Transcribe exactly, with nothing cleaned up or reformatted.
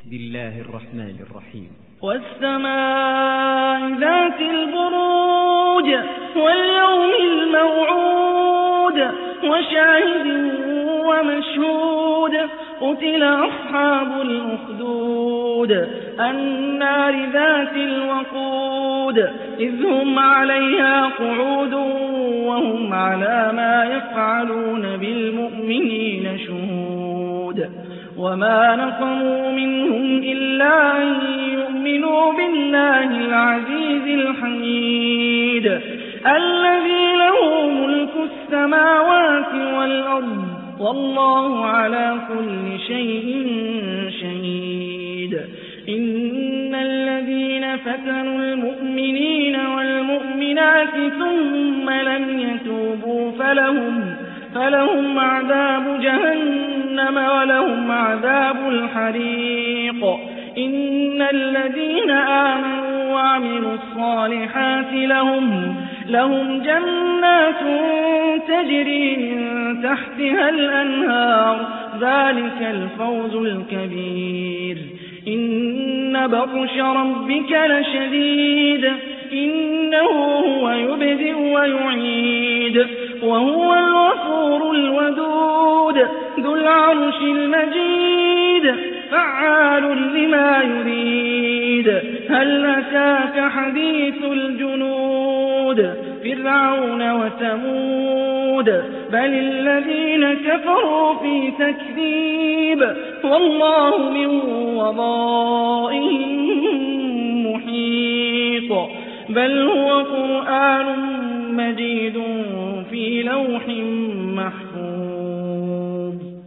بسم الله الرحمن الرحيم. والسماء ذات البروج واليوم الموعود وشاهد ومشهود قتل أصحاب الأخدود النار ذات الوقود إذ هم عليها قعود وهم على ما يفعلون بالمؤمنين شهود وما نقموا منهم إلا أن يؤمنوا بالله العزيز الحميد الذي له ملك السماوات والأرض والله على كل شيء شهيد. إن الذين فتنوا المؤمنين والمؤمنات ثم لم يتوبوا فلهم فلهم عذاب جهنم ولهم عذاب الحريق. إن الذين آمنوا وعملوا الصالحات لهم لهم جنات تجري من تحتها الأنهار ذلك الفوز الكبير. إن بطش ربك لشديد إنه هو يبدئ ويعيد وهو الغفور الودود ذو العرش المجيد فعال لما يريد. هل أتاك حديث الجنود فرعون وثمود بل الذين كفروا في تكذيب والله من ورائهم محيط بل هو قرآن مجيد في لوح محفوظ.